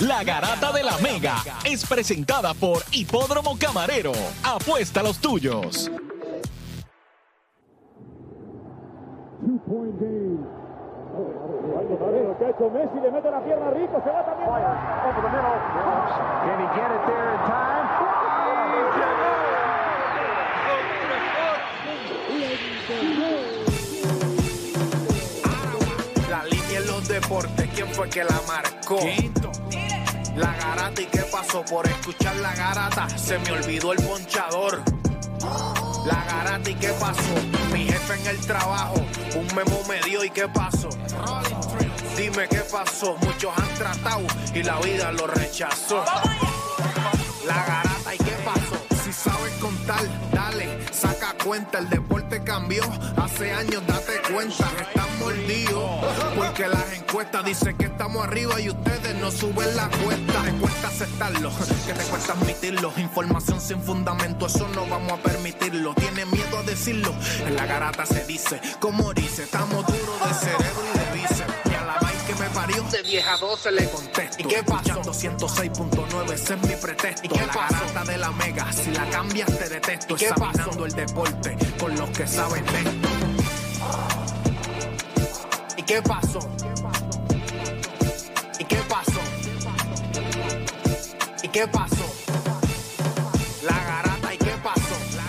La Garata de la Mega es presentada por Hipódromo Camarero. Apuesta a los tuyos. 2-point game. Messi le mete la pierna rico, se va también. Over the middle. Can he get it there in time? La línea en los deportes, ¿quién fue que la marcó? La garata, ¿y qué pasó? Por escuchar la garata se me olvidó el ponchador. La garata, ¿y qué pasó? Mi jefe en el trabajo un memo me dio, ¿y qué pasó? Dime qué pasó. Muchos han tratado y la vida lo rechazó. La garata, ¿y qué pasó? Si sabes contar, dale, saca cuenta. El deporte cambió, hace años date cuenta. Están mordidos porque las encuestas dicen que estamos arriba y ustedes no suben la cuesta. Te cuesta aceptarlo, que te cuesta admitirlo. Información sin fundamento, eso no vamos a permitirlo. Tiene miedo a decirlo, en la garata se dice. Como dice, estamos duros de cerebro y de bíceps. Y a la vaina que me parió, de 10 a 12 le contesto. ¿Y qué pasó? 106.9, ese es mi pretexto. ¿Y qué la garata de la Mega, si la cambias te detesto. Examinando el deporte con los que saben de esto. ¿Y qué pasó? ¿Y qué pasó? ¿Y qué pasó? La garata, ¿y qué pasó?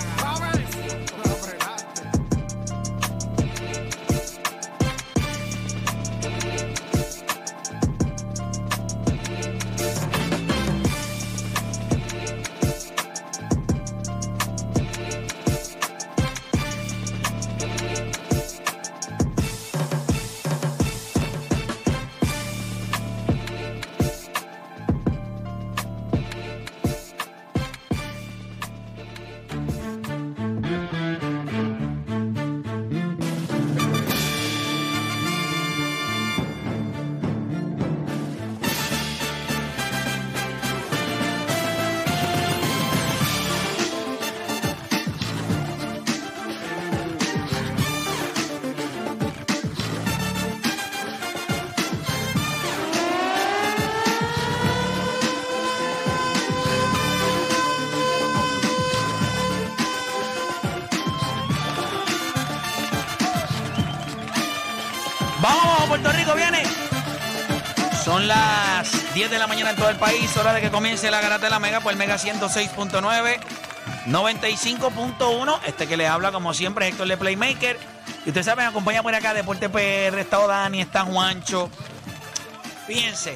¡Vamos, Puerto Rico viene! Son las 10 de la mañana en todo el país, hora de que comience la Garata de la Mega por el Mega 106.9, 95.1. Este que le habla, como siempre, es Héctor de Playmaker. Y ustedes saben, acompaña por acá Deporte PR, está Dani, está Juancho. Fíjense.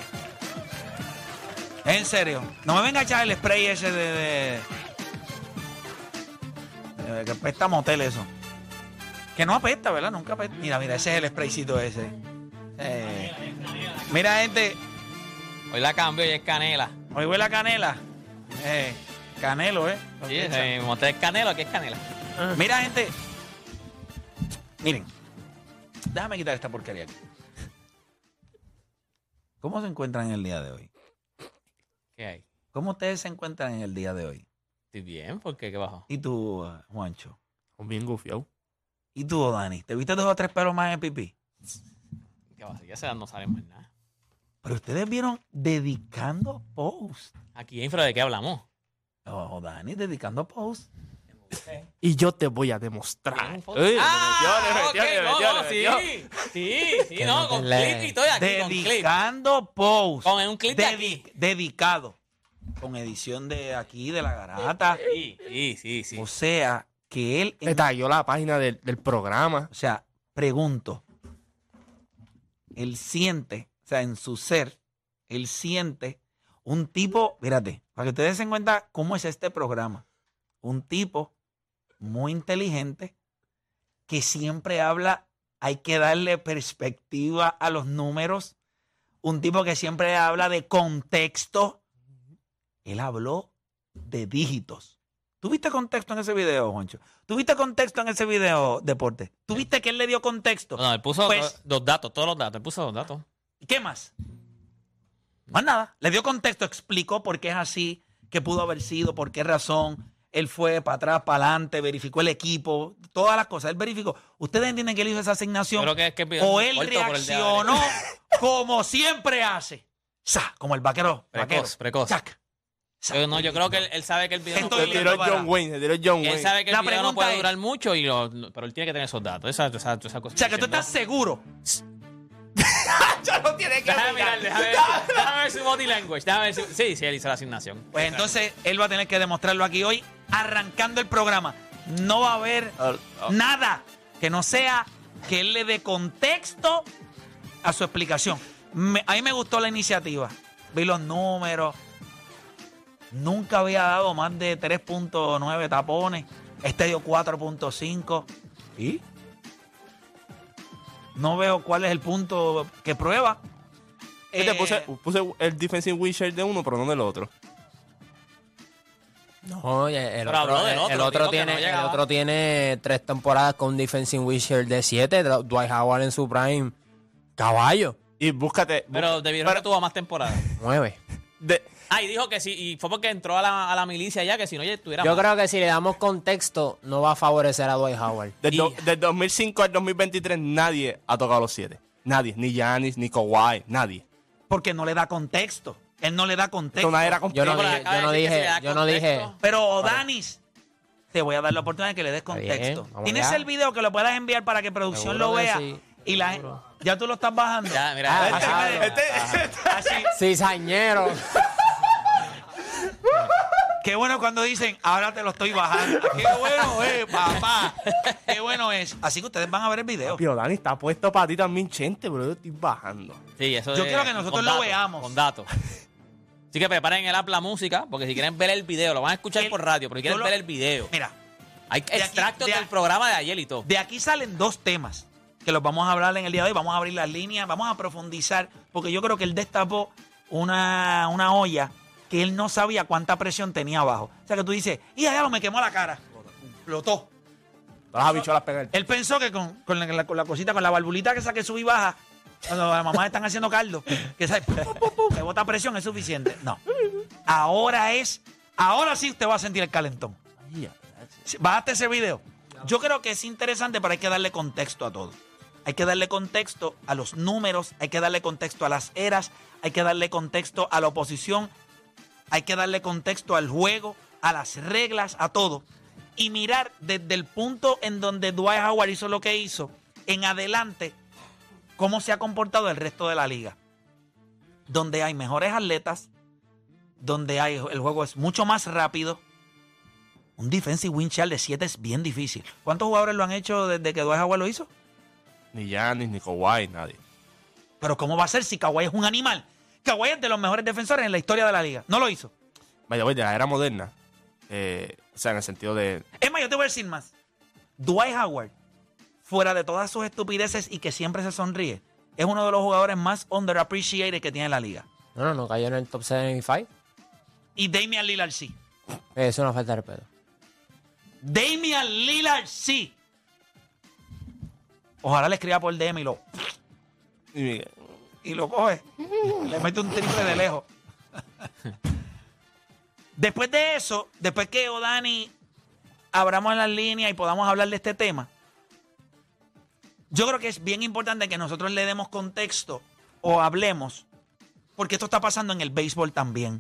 En serio, no me venga a echar el spray ese de que apesta motel eso. Que no apesta, ¿verdad? Nunca apesta. Mira, ese es el spraycito ese. Mira, gente. Hoy la cambio y es canela. Hoy huele a canela. Canelo, ¿eh? Sí, monté es canelo, aquí es canela. Mira, gente. Miren. Déjame quitar esta porquería aquí. ¿Cómo se encuentran en el día de hoy? ¿Qué hay? ¿Cómo ustedes se encuentran en el día de hoy? Estoy bien, ¿por qué? ¿Qué bajó? ¿Y tú, Juancho? Bien gufiado. ¿Y tú, Dani? ¿Te viste 2 o 3 pelos más en el pipí? ¿Qué bajó? Ya se no saben más nada. Pero ustedes vieron dedicando post. Aquí, infra, ¿de qué hablamos? Oh, Dani, dedicando post. Y yo te voy a demostrar. Sí, no, con clip y todo aquí, con clip. Dedicando post. Con un clip de aquí. Dedicado. Con edición de aquí, de la Garata. Sí. O sea, que él... Te tagueó la página del programa. O sea, pregunto. Él siente, o sea, en su ser, él siente un tipo... Fíjate, para que ustedes se den cuenta cómo es este programa. Un tipo muy inteligente que siempre habla, hay que darle perspectiva a los números. Un tipo que siempre habla de contexto. Él habló de dígitos. ¿Tuviste contexto en ese video, Juancho? ¿Tuviste contexto en ese video, Deporte? ¿Tuviste que él le dio contexto? No, él puso Pues, los datos, todos los datos. Él puso los datos. ¿qué más? Más nada. Le dio contexto, explicó por qué es así, qué pudo haber sido, por qué razón. Él fue para atrás, para adelante, verificó el equipo, todas las cosas. Él verificó. ¿Ustedes entienden que él hizo esa asignación? Creo que O él reaccionó como siempre hace. ¡Sa! Como el vaquero. Precoz. ¡Sac! No, yo creo que él sabe que el video Esto no Se Estoy tiró listo para- John Wayne, se tiró John él Wayne. sabe que La el video no pregunta puede es- durar mucho, pero él tiene que tener esos datos. Esa cosa. O sea, que tú estás seguro. Ya no tiene que Déjame mirar. mirar, déjame ver su body language. Déjame ver sí, él hizo la asignación. Pues entonces él va a tener que demostrarlo aquí hoy, arrancando el programa. No va a haber nada que no sea que él le dé contexto a su explicación. A mí me gustó la iniciativa. Vi los números. Nunca había dado más de 3.9 tapones. Este dio 4.5. ¿Y? No veo cuál es el punto que prueba. Puse el defensive wheelchair de uno, pero no del otro. No, el Pero habló del el otro, dijo que no el llegaba. otro tiene 3 temporadas con un defensive wheelchair de 7. Dwight Howard en su prime. Caballo. Y búscate. Pero debieron que tuvo más temporadas. 9. Y dijo que sí, y fue porque entró a la milicia ya, que si no ya estuviera Yo más. creo que si le damos contexto, no va a favorecer a Dwight Howard. Del 2005 al 2023 nadie ha tocado los 7. Nadie. Ni Giannis, ni Kawhi. Nadie. Porque no le da contexto. Él no le da contexto. Esto no era Yo no pero dije, acaba yo no de decir que dije, se da yo no dije. contexto. Pero Odanis, te voy a dar la oportunidad de que le des Está bien, contexto. vamos ¿Tienes allá. el video que lo puedas enviar para que producción Seguro lo que vea? sí, Y la seguro. ya tú lo estás bajando. Ya, mira. Así claro. me de- así. Cizañero. Qué bueno cuando dicen, ahora te lo estoy bajando. Qué bueno es, papá. Qué bueno es. Así que ustedes van a ver el video. Pero Dani está puesto para ti también, Chente, pero yo estoy bajando. Sí, eso Yo es quiero que nosotros con lo datos, veamos. Con datos. Así que preparen el app la música, porque si quieren ver el video, lo van a escuchar El- por radio, pero si quieren yo lo- ver el video. Mira, Hay aquí- extractos de del a- programa de ayer y todo. de aquí salen dos temas que los vamos a hablar en el día de hoy. Vamos a abrir las líneas, vamos a profundizar, porque yo creo que él destapó una olla que él no sabía cuánta presión tenía abajo. O sea que tú dices, y allá me quemó la cara. Explotó. Todas las habichuelas pegan. Él pensó que con la cosita, con la valvulita que saque sube y baja, cuando las mamás están haciendo caldo, que sabe, que bota presión es suficiente. No. Ahora sí usted va a sentir el calentón. Bájate ese video. Yo creo que es interesante, pero hay que darle contexto a todo. Hay que darle contexto a los números, hay que darle contexto a las eras, hay que darle contexto a la oposición, hay que darle contexto al juego, a las reglas, a todo. Y mirar desde el punto en donde Dwight Howard hizo lo que hizo, en adelante, cómo se ha comportado el resto de la liga. Donde hay mejores atletas, donde el juego es mucho más rápido. Un defensive win share de 7 es bien difícil. ¿Cuántos jugadores lo han hecho desde que Dwight Howard lo hizo? Ni Giannis, ni Kawhi, nadie. Pero ¿cómo va a ser si Kawhi es un animal? Kawhi es de los mejores defensores en la historia de la liga. No lo hizo. Vaya, de la era moderna. O sea, en el sentido de... Es más, yo te voy a decir más. Dwight Howard, fuera de todas sus estupideces y que siempre se sonríe, es uno de los jugadores más underappreciated que tiene la liga. No cayó en el top 75. Y Damian Lillard sí. Es una falta de respeto. Damian Lillard sí. Ojalá le escriba por DM y lo coge. Le mete un triple de lejos. Después de eso, después que Odani abramos las líneas y podamos hablar de este tema, yo creo que es bien importante que nosotros le demos contexto o hablemos, porque esto está pasando en el béisbol también.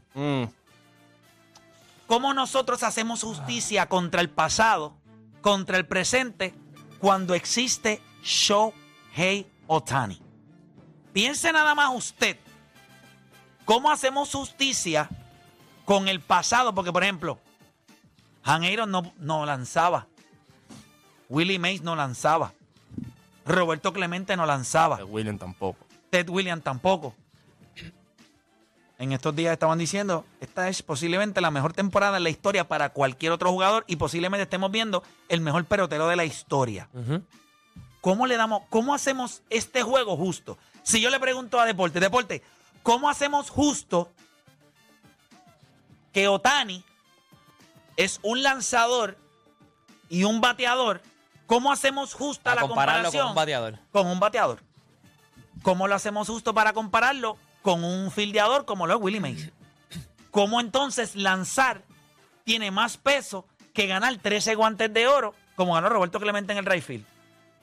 ¿Cómo nosotros hacemos justicia contra el pasado, contra el presente, cuando existe Shohei Ohtani? Piense nada más usted, ¿cómo hacemos justicia con el pasado? Porque, por ejemplo, Han Aaron no lanzaba. Willie Mays no lanzaba. Roberto Clemente no lanzaba. William tampoco. Ted Williams tampoco. En estos días estaban diciendo, esta es posiblemente la mejor temporada en la historia para cualquier otro jugador y posiblemente estemos viendo el mejor pelotero de la historia. ¿Cómo hacemos este juego justo? Si yo le pregunto a Deporte, ¿cómo hacemos justo que Ohtani es un lanzador y un bateador? ¿Cómo hacemos justa la compararlo comparación con un bateador. con un bateador? ¿Cómo lo hacemos justo para compararlo con un fildeador como lo es Willie Mays? ¿Cómo entonces lanzar tiene más peso que ganar 13 guantes de oro como ganó Roberto Clemente en el right field?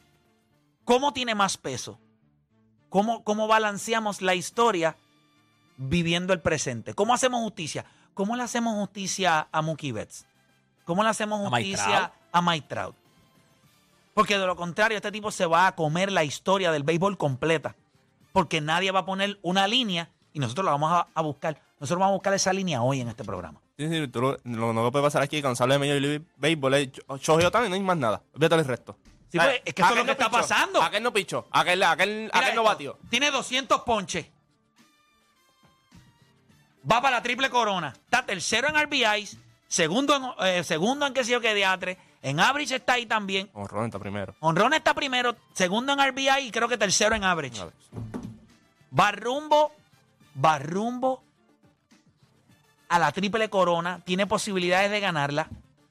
¿Cómo tiene más peso? ¿Cómo balanceamos la historia viviendo el presente. ¿Cómo hacemos justicia? ¿Cómo le hacemos justicia a Mookie Betts? ¿Cómo le hacemos ¿A Mike justicia a Mike Trout? Porque de lo contrario, este tipo se va a comer la historia del béisbol completa. Porque nadie va a poner una línea y nosotros la vamos a buscar. Nosotros vamos a buscar esa línea hoy en este programa. Sí, tú lo que puede pasar aquí cuando se habla de Major League Baseball es Shohei Ohtani, no hay más nada. Olvídate del resto. Sí, pues, es que esto es lo que está pichó, pasando. Aquel no pichó, aquel Mira no batió. Tiene 200 ponches. Va para la triple corona. Está tercero en RBIs, segundo en qué sé yo qué diatre. En average está ahí también. Honrón está primero. Honrón está primero, segundo en RBI y creo que tercero en average. Va rumbo a la triple corona. Tiene posibilidades de ganarla.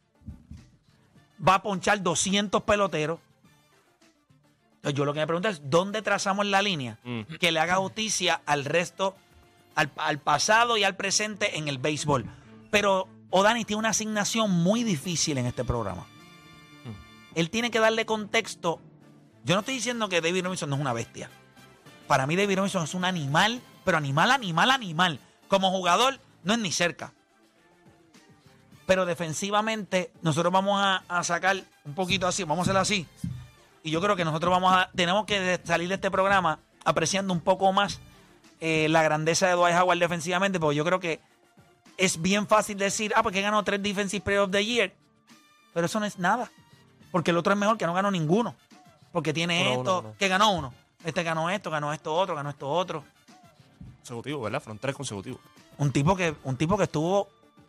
Va a ponchar 200 peloteros. Entonces yo lo que me pregunto es, ¿dónde trazamos la línea que le haga justicia al resto, al pasado y al presente en el béisbol? Pero Ohtani tiene una asignación muy difícil en este programa. Él tiene que darle contexto. Yo no estoy diciendo que David Robinson no es una bestia. Para mí David Robinson es un animal, pero animal. Como jugador no es ni cerca. Pero defensivamente nosotros vamos a sacar un poquito así, vamos a hacerlo así. Y yo creo que nosotros tenemos que salir de este programa apreciando un poco más la grandeza de Dwight Howard defensivamente, porque yo creo que es bien fácil decir, porque ganó 3 Defensive Player of the Year. Pero eso no es nada. Porque el otro es mejor, que no ganó ninguno. Porque tiene que ganó uno. Este ganó esto otro. Consecutivo, ¿verdad? Fueron 3 consecutivos. Un tipo que estuvo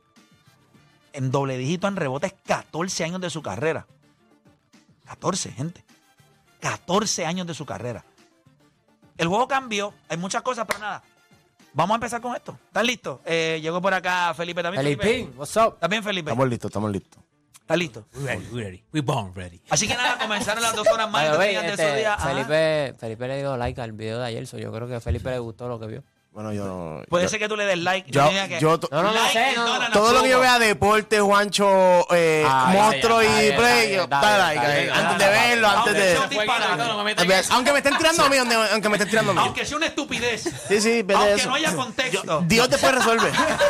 en doble dígito en rebotes 14 años de su carrera. 14, gente. 14 años de su carrera. El juego cambió, hay muchas cosas, pero nada. Vamos a empezar con esto. ¿Están listos? Llegó por acá Felipe también. Felipe, what's up? ¿Estás bien, Felipe? Estamos listos. ¿Estás listo? We're ready. We're born ready. Así que nada, comenzaron las 2 horas más By the way, de su día. Ajá. Felipe le dio like al video de ayer, yo creo que a Felipe le gustó lo que vio. Bueno, yo no. Puede ser que tú le des like. No Like, todo lo que yo vea deporte, Juancho, monstruo ya, y ya, play, ya, yo, ya, dale ya, like, ya, ahí, ya, antes ya, de verlo, antes de. Aunque me estén tirando a mí, Aunque sea una estupidez. Sí, vete Aunque eso. no haya contexto. Dios después resuelve.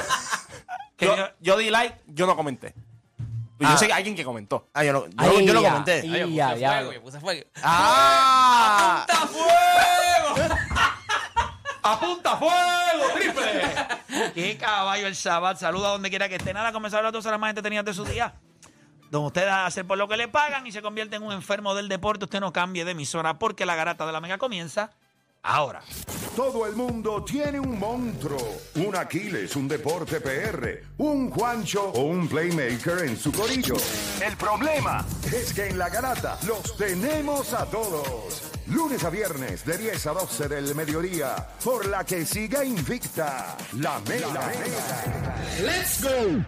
Que yo di like, yo no comenté. Yo sé que alguien que comentó. Yo lo comenté. Yo puse fuego. ¡Apunta fuego! ¡Apunta fuego! ¡Triple! ¡Qué caballo el Sabat! Saluda donde quiera que esté. Nada, comenzaron las 2 horas más entretenidas de su día. Donde usted va a hacer por lo que le pagan y se convierte en un enfermo del deporte. Usted no cambie de emisora porque la garata de la Mega comienza ahora. Todo el mundo tiene un monstruo, un Aquiles, un Deporte PR, un Juancho o un Playmaker en su corillo. El problema es que en la garata los tenemos a todos. Lunes a viernes de 10 a 12 del mediodía, por la que siga invicta la Mega. ¡Let's go!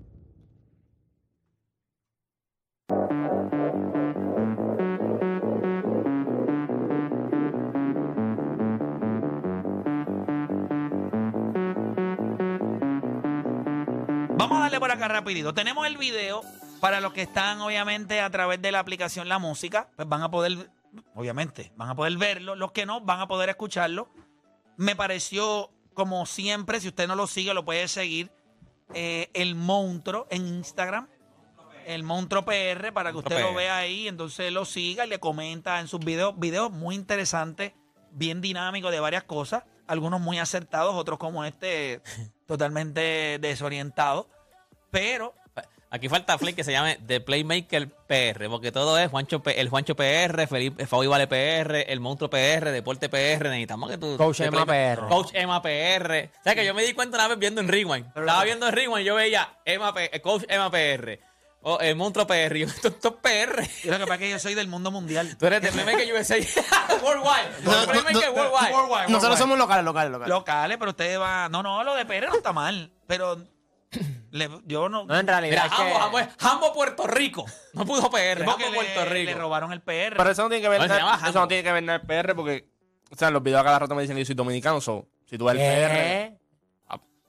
Vamos a darle por acá rapidito. Tenemos el video para los que están obviamente a través de la aplicación La Música. Pues van a poder, obviamente, van a poder verlo. Los que no, van a poder escucharlo. Me pareció, como siempre, si usted no lo sigue, lo puede seguir. El Monstruo en Instagram. El Monstruo PR, para que usted lo vea ahí. Entonces lo siga y le comenta en sus videos. Videos muy interesantes, bien dinámicos de varias cosas. Algunos muy acertados, otros como este totalmente desorientados. Pero Aquí falta Flake que se llame The Playmaker PR, porque todo es el Juancho PR, Felipe Fabi Vale PR, el Monstruo PR, Deporte PR. Necesitamos que tú. Coach Emma PR. Coach Emma PR. O sea que yo me di cuenta una vez viendo en Rewind. Estaba viendo en Rewind y yo veía Coach Emma PR. O el Monstruo PR. Y yo, esto es PR. y lo que pasa es que yo soy del mundo mundial. Tú eres de Playmaker USA. Worldwide. Playmaker Worldwide. Nosotros somos locales. Locales, pero usted va. No, lo de PR no está mal. Pero yo no. No, en realidad. Mira, Jambo Puerto Rico. No pudo PR. Porque Jambo Puerto Rico. le robaron el PR. Pero eso no tiene que ver No, se llama nada. Eso no tiene que ver nada el PR porque, o sea, en los videos a cada rato me dicen que yo soy dominicano. Si tú ves el PR.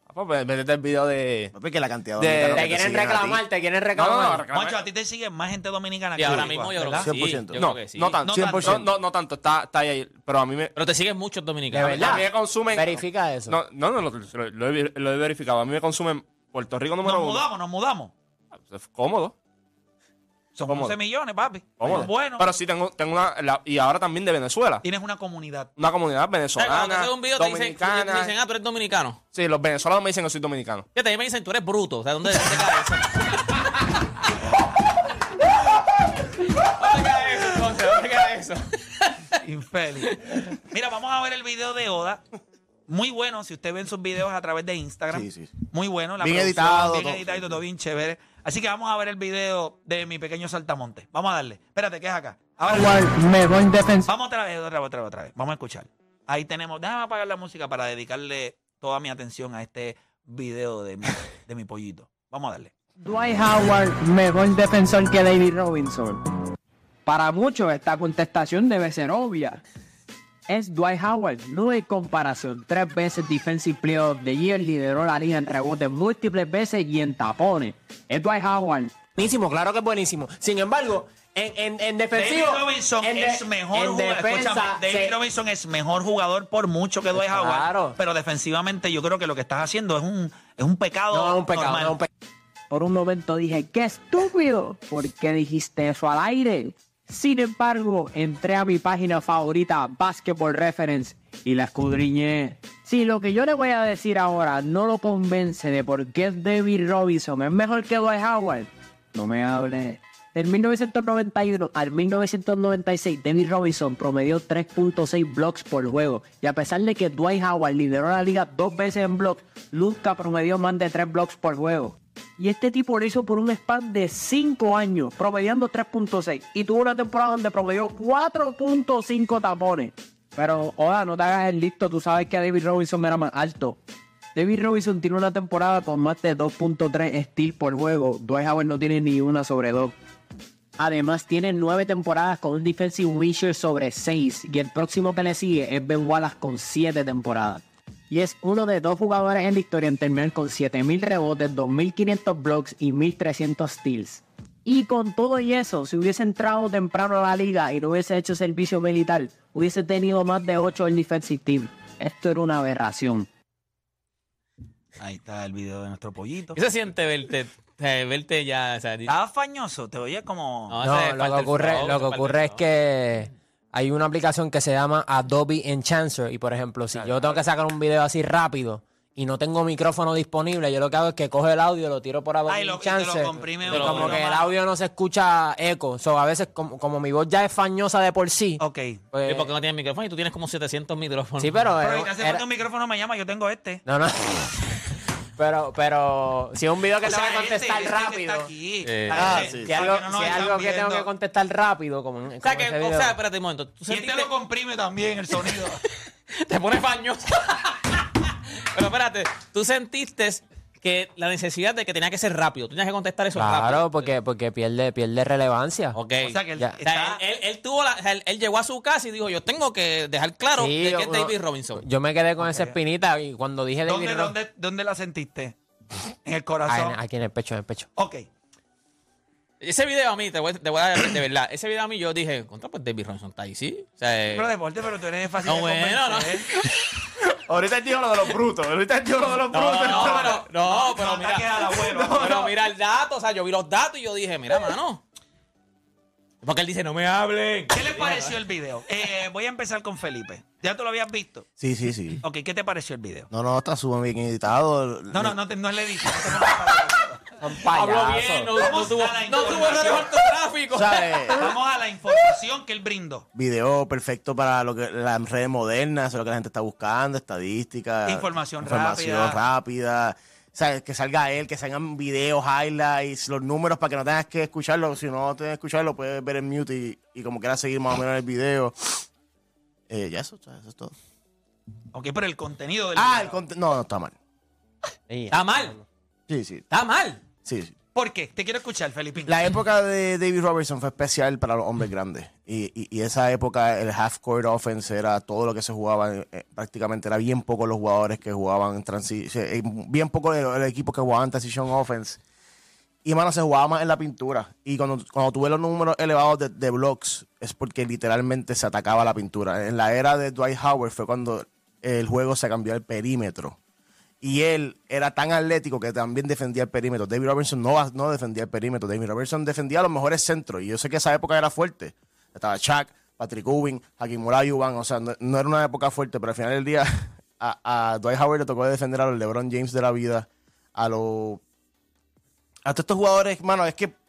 Pues métete el video de... Porque la cantidad De- dominicanos Te que quieren siguen a ti. reclamar, te quieren No, reclamar. Juancho, a ti te sigue más gente dominicana Y que ahora boricua, mismo yo creo ¿verdad? que sí. 100%. Yo No, creo que sí. no tanto. No 100%. No tanto. Está ahí. Pero a mí me... Pero te siguen muchos De dominicanos. verdad. A mí me consumen... Verifica eso. No, lo he verificado. A mí me consumen Puerto Rico número uno. Nos mudamos. Es cómodo. Son Cómodo. 11 millones, papi. Cómodo. Bueno, Pero sí tengo y ahora también de Venezuela. tienes una comunidad. Una comunidad ¿Sabes? Cuando venezolana, te haces un video te dicen, dominicana. tú eres dominicano. Sí, los venezolanos me dicen que soy dominicano. Fíjate, a mí me dicen, tú eres bruto. O sea, ¿dónde cae eso? ¿Dónde cae eso, entonces? ¿Dónde cae eso? Infeliz. Mira, vamos a ver el video de Oda. Muy bueno, si usted ve sus videos a través de Instagram. Sí, sí. Muy bueno. La Bien producción, editado, bien todo. editado y todo bien chévere. Así que vamos a ver el video de mi pequeño saltamonte. Vamos a darle. Espérate, ¿qué es acá? Ahora, Mejor defensa. vamos otra vez. Vamos a escuchar. Ahí tenemos. Déjame apagar la música para dedicarle toda mi atención a este video de mi pollito. Vamos a darle. Dwight Howard, mejor defensor que David Robinson. Para muchos esta contestación debe ser obvia. Es Dwight Howard, no hay comparación. 3 veces Defensive Player of the Year, lideró la liga en rebotes múltiples veces y en tapones. Es Dwight Howard. Buenísimo, claro que es buenísimo. Sin embargo, en defensivo... David Robinson es mejor en jugador. defensa, Escúchame, David Robinson es mejor jugador por mucho que Dwight Howard. Claro. Pero defensivamente yo creo que lo que estás haciendo es un pecado. No, es un pecado, normal. no es un pecado. Por un momento dije, ¡qué estúpido! ¿Por qué dijiste eso al aire? Sin embargo, entré a mi página favorita, Basketball Reference, y la escudriñé. Si lo que yo le voy a decir ahora no lo convence de por qué David Robinson es mejor que Dwight Howard, no me hable. Del 1991 al 1996, David Robinson promedió 3.6 blocks por juego. Y a pesar de que Dwight Howard lideró la liga 2 veces en blocks, nunca promedió más de 3 blocks por juego. Y este tipo lo hizo por un span de 5 años, promediando 3.6. Y tuvo una temporada donde promedió 4.5 tapones. Pero, Oda, no te hagas el listo, tú sabes que David Robinson era más alto. David Robinson tiene una temporada con más de 2.3 steals por juego. Dwight Howard no tiene ni una sobre 2. Además, tiene 9 temporadas con un defensive win sobre 6. Y el próximo que le sigue es Ben Wallace con 7 temporadas. Y es uno de 2 jugadores en la historia en terminar con 7.000 rebotes, 2.500 blocks y 1.300 steals. Y con todo y eso, si hubiese entrado temprano a la liga y no hubiese hecho servicio militar, hubiese tenido más de 8 en defensive team. Esto era una aberración. Ahí está el video de nuestro pollito. ¿Qué se siente verte ya? O sea, Estaba fañoso, te oye como... No, No, ese es lo parte que del ocurre, flow, lo que ese es parte ocurre del es que hay una aplicación que se llama Adobe Enhancer y, por ejemplo, si yo tengo que sacar un video así rápido y no tengo micrófono disponible, yo lo que hago es que cojo el audio, lo tiro por Adobe y te Enhancer lo comprime y un como poquito que el más. audio no se escucha eco. A veces, como mi voz ya es fañosa de por sí, Ok. pues, ¿Y por qué no tienes micrófono? Y tú tienes como 700 micrófonos. sí, pero... Pero si te hace era- falta un micrófono, me llama, yo tengo este. no. Pero si es un video que O tengo sea, que contestar este rápido. que está aquí. sí. Si es algo, si es algo que tengo que contestar rápido, como en O sea, ese o video. sea, espérate un momento. ¿Tú Y este sentiste, lo comprime también, el sonido. te pones fañoso? Pero espérate, tú sentiste que la necesidad de que tenía que ser rápido. Tú tenías que contestar eso Claro, rápido. porque pierde relevancia. Ok. O sea, que él O sea, está... él tuvo o sea, él llegó a su casa y dijo, yo tengo que dejar claro Sí, de que es uno- David Robinson. Yo me quedé con esa espinita y cuando dije David Robinson... ¿Dónde la sentiste? En el corazón. Aquí en el pecho, Ok. Ese video a mí, te voy a dar de verdad, ese video a mí yo dije, contra, pues David Robinson está ahí, ¿sí? O sea, Pero deporte, pero tú eres fácil no, de bueno, no. convencer. Ahorita él dijo lo de los brutos. No, pero ataques mira. al abuelo. Pero mira el dato, o sea, yo vi los datos y yo dije, mira, mano. Porque él dice, no me hablen. ¿Qué le pareció el video? Voy a empezar con Felipe. ¿Ya tú lo habías visto? Sí, sí, sí. Ok, ¿qué te pareció el video? No, está súper bien editado. No le dije. No te pongas para- Son Habló payasos. bien, no Vamos tuvo a la errores ortográficos. ¿Sabes? Vamos a la información que él brindó. Video perfecto para lo que las redes modernas, eso es lo que la gente está buscando, estadística. Información rápida. O sea, que salga él, que salgan videos, highlights, los números para que no tengas que escucharlo. Si no tienes que escucharlo, puedes ver en mute y como quieras seguir más o menos el video. Ya eso es todo. Ok, pero el contenido del Ah, video. no, está mal. Está mal. Sí. Está mal. Sí. ¿Por qué? Te quiero escuchar, Felipín. La época de David Robertson fue especial para los hombres grandes. Y esa época, el half-court offense era todo lo que se jugaba. Prácticamente era bien pocos los jugadores que jugaban en transition. Bien poco el equipo que jugaban en transition offense. Y, mano, se jugaba más en la pintura. Y cuando tuve los números elevados de blocks, es porque literalmente se atacaba la pintura. En la era de Dwight Howard fue cuando el juego se cambió al perímetro. Y él era tan atlético que también defendía el perímetro. David Robertson no defendía el perímetro. David Robertson defendía los mejores centros. Y yo sé que esa época era fuerte. Estaba Shaq, Patrick Ewing, Hakeem Olajuwon. O sea, no era una época fuerte, pero al final del día a Dwight Howard le tocó defender a los LeBron James de la vida. A todos estos jugadores, mano, es que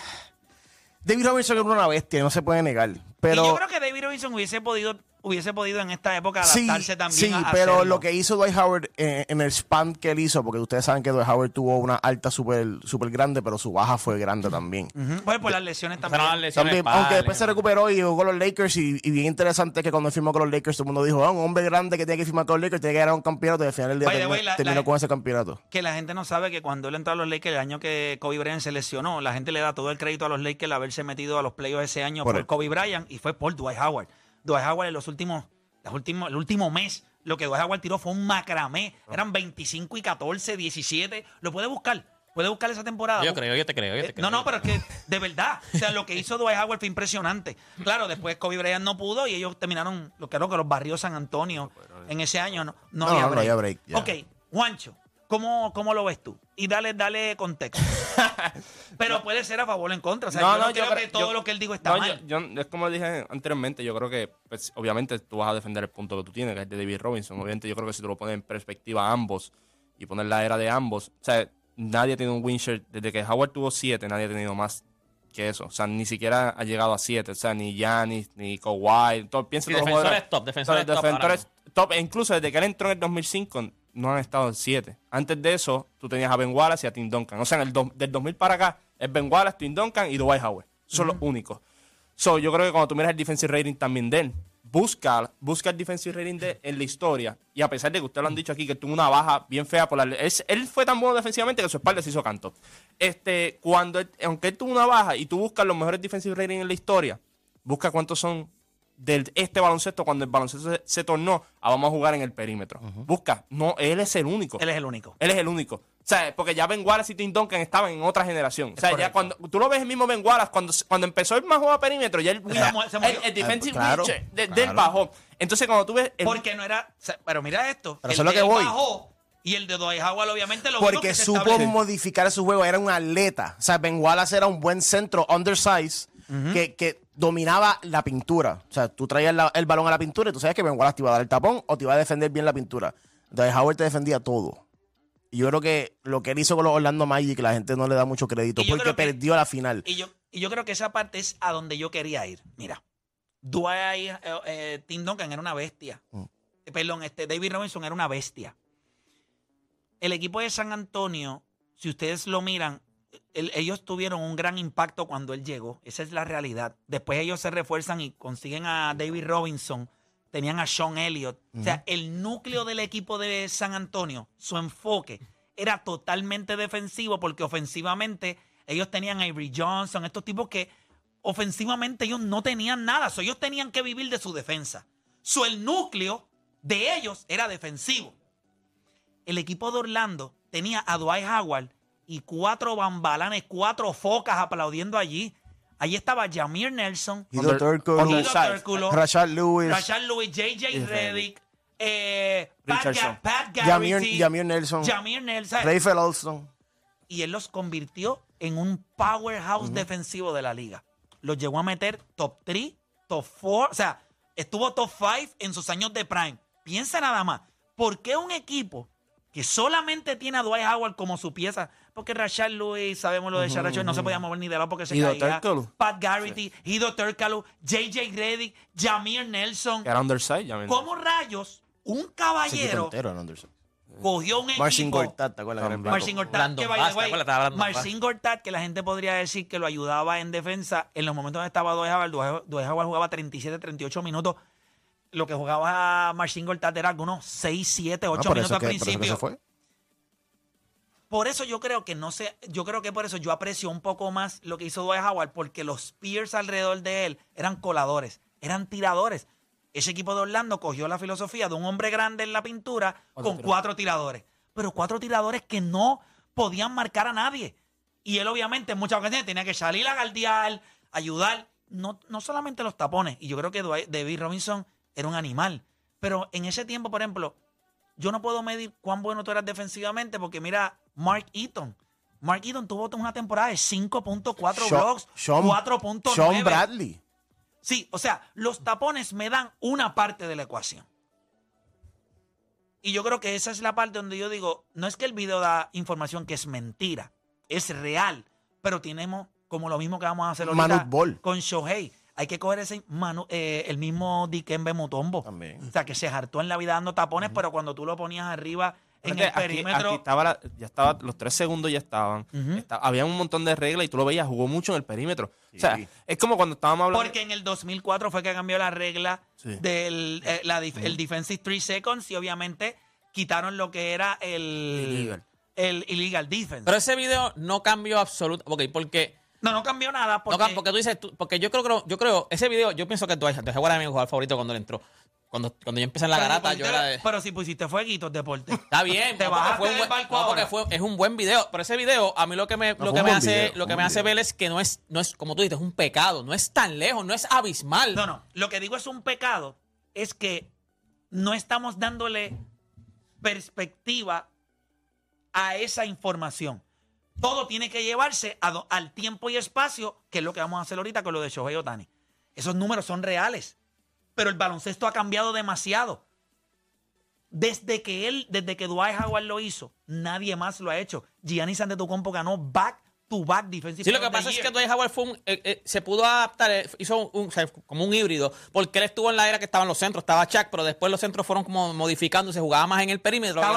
David Robinson era una bestia, no se puede negar. Pero y yo creo que David Robinson hubiese podido en esta época adaptarse también a pero hacerlo. lo que hizo Dwight Howard en el span que él hizo, porque ustedes saben que Dwight Howard tuvo una alta súper grande, pero su baja fue grande también. Pues por las lesiones también. También, aunque después se recuperó y jugó con los Lakers y bien interesante que cuando él firmó con los Lakers todo el mundo dijo, un hombre grande que tiene que firmar con los Lakers tiene que ganar un campeonato y al final del día terminó con ese campeonato. Que la gente no sabe que cuando él entró a los Lakers el año que Kobe Bryant se lesionó, la gente le da todo el crédito a los Lakers de haberse metido a los playoffs ese año por Kobe Bryant y fue por Dwight Howard. Dwight Howard en el último mes, lo que Dwight Howard tiró fue un macramé. Eran 25 y 14, 17. Lo puede buscar. Puede buscar esa temporada. Yo te creo. No, pero es que de verdad, o sea, lo que hizo Dwight Howard fue impresionante. Claro, después Kobe Bryant no pudo y ellos terminaron, lo que los barrió San Antonio en ese año. No había break. Ya. Ok, Juancho, ¿cómo lo ves tú? Y dale contexto. Pero puede ser a favor o en contra. O sea, yo no creo que todo lo que él dijo está mal. Es como dije anteriormente, yo creo que, pues, obviamente, tú vas a defender el punto que tú tienes, que es de David Robinson. Obviamente, yo creo que si tú lo pones en perspectiva a ambos y pones la era de ambos, o sea, nadie ha tenido un win share. Desde que Howard tuvo 7, nadie ha tenido más que eso. O sea, ni siquiera ha llegado a 7. O sea, ni Giannis, ni Kawhi. Defensores top. E incluso desde que él entró en el 2005, no han estado en 7. Antes de eso, tú tenías a Ben Wallace y a Tim Duncan. O sea, del 2000 para acá, es Ben Wallace, Tim Duncan y Dwight Howard. Son los únicos. So, yo creo que cuando tú miras el defensive rating también de él, busca el defensive rating de él en la historia. Y a pesar de que ustedes lo han dicho aquí, que tuvo una baja bien fea por él fue tan bueno defensivamente que su espalda se hizo canto. Aunque él tuvo una baja y tú buscas los mejores defensive rating en la historia, busca cuántos son de este baloncesto cuando el baloncesto se tornó a vamos a jugar en el perímetro. Busca. No, él es el único. Él es el único. O sea, porque ya Ben Wallace y Tim Duncan estaban en otra generación. O sea, ya cuando tú lo ves el mismo Ben Wallace, cuando empezó el más juego a perímetro, ya el defensive reach del bajó. Entonces, cuando tú ves... Porque no era... Pero mira esto. Pero eso es lo que voy. Bajó y el de Dwight Howard obviamente lo porque supo modificar su juego. Era un atleta. O sea, Ben Wallace era un buen centro, undersized, que dominaba la pintura. O sea, tú traías el balón a la pintura y tú sabes que Ben Wallace te iba a dar el tapón o te iba a defender bien la pintura. Dwight Howard te defendía todo. Y yo creo que lo que él hizo con los Orlando Magic, la gente no le da mucho crédito porque perdió la final. Y yo creo que esa parte es a donde yo quería ir. Mira, Tim Duncan era una bestia. Perdón, David Robinson era una bestia. El equipo de San Antonio, si ustedes lo miran, ellos tuvieron un gran impacto cuando él llegó. Esa es la realidad. Después ellos se refuerzan y consiguen a David Robinson. Tenían a Sean Elliott. O sea, el núcleo del equipo de San Antonio, su enfoque era totalmente defensivo porque ofensivamente ellos tenían a Avery Johnson, estos tipos que ofensivamente ellos no tenían nada. Ellos tenían que vivir de su defensa. El núcleo de ellos era defensivo. El equipo de Orlando tenía a Dwight Howard y 4 bambalanes, 4 focas aplaudiendo allí. Allí estaba Jameer Nelson, Ido Turkoglu, Rashard Lewis, J.J. Redick, Pat Garrity, Jameer Nelson, Rafael Olson. Y él los convirtió en un powerhouse defensivo de la liga. Los llegó a meter top 3, top 4, o sea, estuvo top 5 en sus años de prime. Piensa nada más, ¿por qué un equipo que solamente tiene a Dwight Howard como su pieza? Porque Rashard Lewis, sabemos lo de Rashard, no se podía mover ni de lado porque se caía. Pat Garrity, Ido Turkoglu, J.J. Redick, Jameer Nelson. Era underside. ¿Cómo rayos un caballero cogió un equipo? Marcin Gortat, ¿te acuerdas? Marcin Gortat, que la gente podría decir que lo ayudaba en defensa. En los momentos donde estaba Dwight Howard jugaba 37, 38 minutos. Lo que jugaba Marcin Gortat era algunos 6, 7, 8 minutos al principio. ¿Por eso fue? Por eso yo creo que yo creo que por eso yo aprecio un poco más lo que hizo Dwight Howard, porque los peers alrededor de él eran coladores, eran tiradores. Ese equipo de Orlando cogió la filosofía de un hombre grande en la pintura con 4 tiradores. Pero 4 tiradores que no podían marcar a nadie. Y él obviamente en muchas ocasiones tenía que salir a guardiar, ayudar. No solamente los tapones. Y yo creo que David Robinson era un animal. Pero en ese tiempo, por ejemplo, yo no puedo medir cuán bueno tú eras defensivamente porque mira, Mark Eaton. Mark Eaton tuvo una temporada de 5.4 blocks, 4.9. Sean Bradley. Sí, o sea, los tapones me dan una parte de la ecuación. Y yo creo que esa es la parte donde yo digo, no es que el video da información que es mentira, es real, pero tenemos como lo mismo que vamos a hacer ahorita con Shohei. Hay que coger el mismo Dikembe Mutombo. También. O sea, que se hartó en la vida dando tapones, pero cuando tú lo ponías arriba en el perímetro... Aquí estaba, los 3 segundos ya estaban. Había un montón de reglas y tú lo veías, jugó mucho en el perímetro. Sí. O sea, es como cuando estábamos hablando... Porque en el 2004 fue que cambió la regla del el defensive 3 seconds y obviamente quitaron lo que era el illegal defense. Pero ese video no cambió absolutamente. Ok, porque... No cambió nada. Porque tú dices, porque yo creo, ese video, yo pienso que Dwight Howard era mi jugador favorito cuando él entró. Cuando yo empecé en la garata, yo era de... Pero si pusiste fueguitos, deporte. Está bien. Te bajaste del barco ahora. Es un buen video. Pero ese video, a mí lo que me hace ver es que no es, como tú dices, es un pecado. No es tan lejos, no es abismal. No. Lo que digo es un pecado, es que no estamos dándole perspectiva a esa información. Todo tiene que llevarse al tiempo y espacio, que es lo que vamos a hacer ahorita con lo de Shohei Ohtani. Esos números son reales, pero el baloncesto ha cambiado demasiado. Desde que Dwight Howard lo hizo, nadie más lo ha hecho. Giannis Antetokounmpo ganó back-to-back defensive. Sí, lo que pasa es que Dwight Howard se pudo adaptar, hizo como un híbrido, porque él estuvo en la era que estaban los centros, estaba Shaq, pero después los centros fueron como modificando, se jugaba más en el perímetro. Pero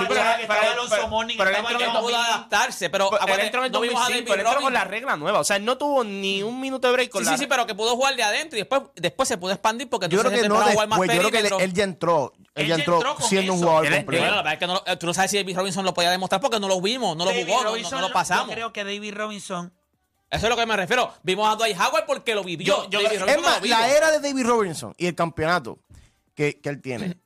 él pudo adaptarse, pero él entró en 2005, él entró con la regla nueva, o sea, él no tuvo ni un minuto de break con sí, pero que pudo jugar de adentro y después se pudo expandir porque yo creo que no después, yo creo que él ya entró. Él ya entró siendo un jugador completo. La verdad es que tú no sabes si David Robinson lo podía demostrar porque no lo vimos, no lo jugó, no lo pasamos. Yo creo que David Robinson... Eso es lo que me refiero. Vimos a Dwight Howard porque lo vivió. Es más, la era de David Robinson y el campeonato que él tiene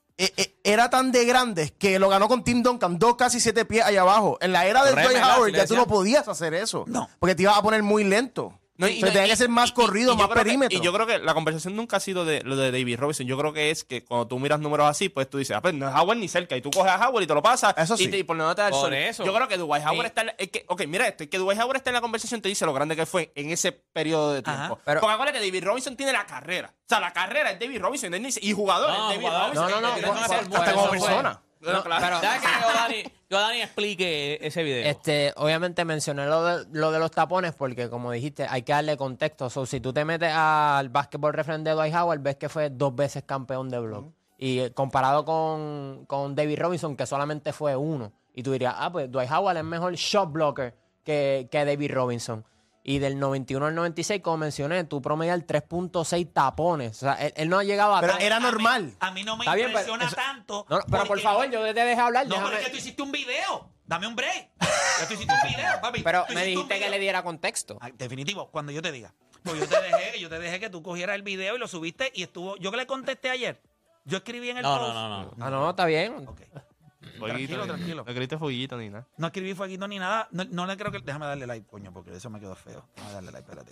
era tan de grandes que lo ganó con Tim Duncan, casi 7 pies allá abajo. En la era de Dwight Howard ya tú no podías hacer eso. No. Porque te ibas a poner muy lento. Tenía que ser más corrido, más perímetro. Y yo creo que la conversación nunca ha sido de lo de David Robinson. Yo creo que es que cuando tú miras números así, pues tú dices, pues no es Howard ni cerca. Y tú coges a Howard y te lo pasas. Eso sí. Y por no te da el sol. Eso. Yo creo que Dwight Howard está mira esto. Que Dwight Howard está en la conversación te dice lo grande que fue en ese periodo de tiempo. Porque acuérdate que David Robinson tiene la carrera. O sea, la carrera es David Robinson. Y jugador es David Robinson. No. Hasta como persona. No, pero deja que Dani explique ese video. Obviamente mencioné lo de los tapones porque, como dijiste, hay que darle contexto. Si tú te metes al Basketball Reference de Dwight Howard, ves que fue 2 veces campeón de block. Y comparado con David Robinson, que solamente fue 1. Y tú dirías, pues Dwight Howard es mejor shot blocker que David Robinson. Y del 91 al 96, como mencioné, tú promedias 3.6 tapones. O sea, él no llegaba a... Pero era normal. A mí no me impresiona tanto. No, pero por favor, yo te dejé hablar. No, pero es que tú hiciste un video. Dame un break. Ya tú hiciste un video, papi. Pero me dijiste que le diera contexto. Definitivo, cuando yo te diga. Pues yo te dejé que tú cogieras el video y lo subiste y estuvo... Yo que le contesté ayer. Yo escribí en el post. No, está bien. Ok. Tranquilo. No escribiste fueguito ni nada. No escribí fueguito ni nada. No le creo que... Déjame darle like, coño, porque eso me quedó feo. Déjame darle like, espérate.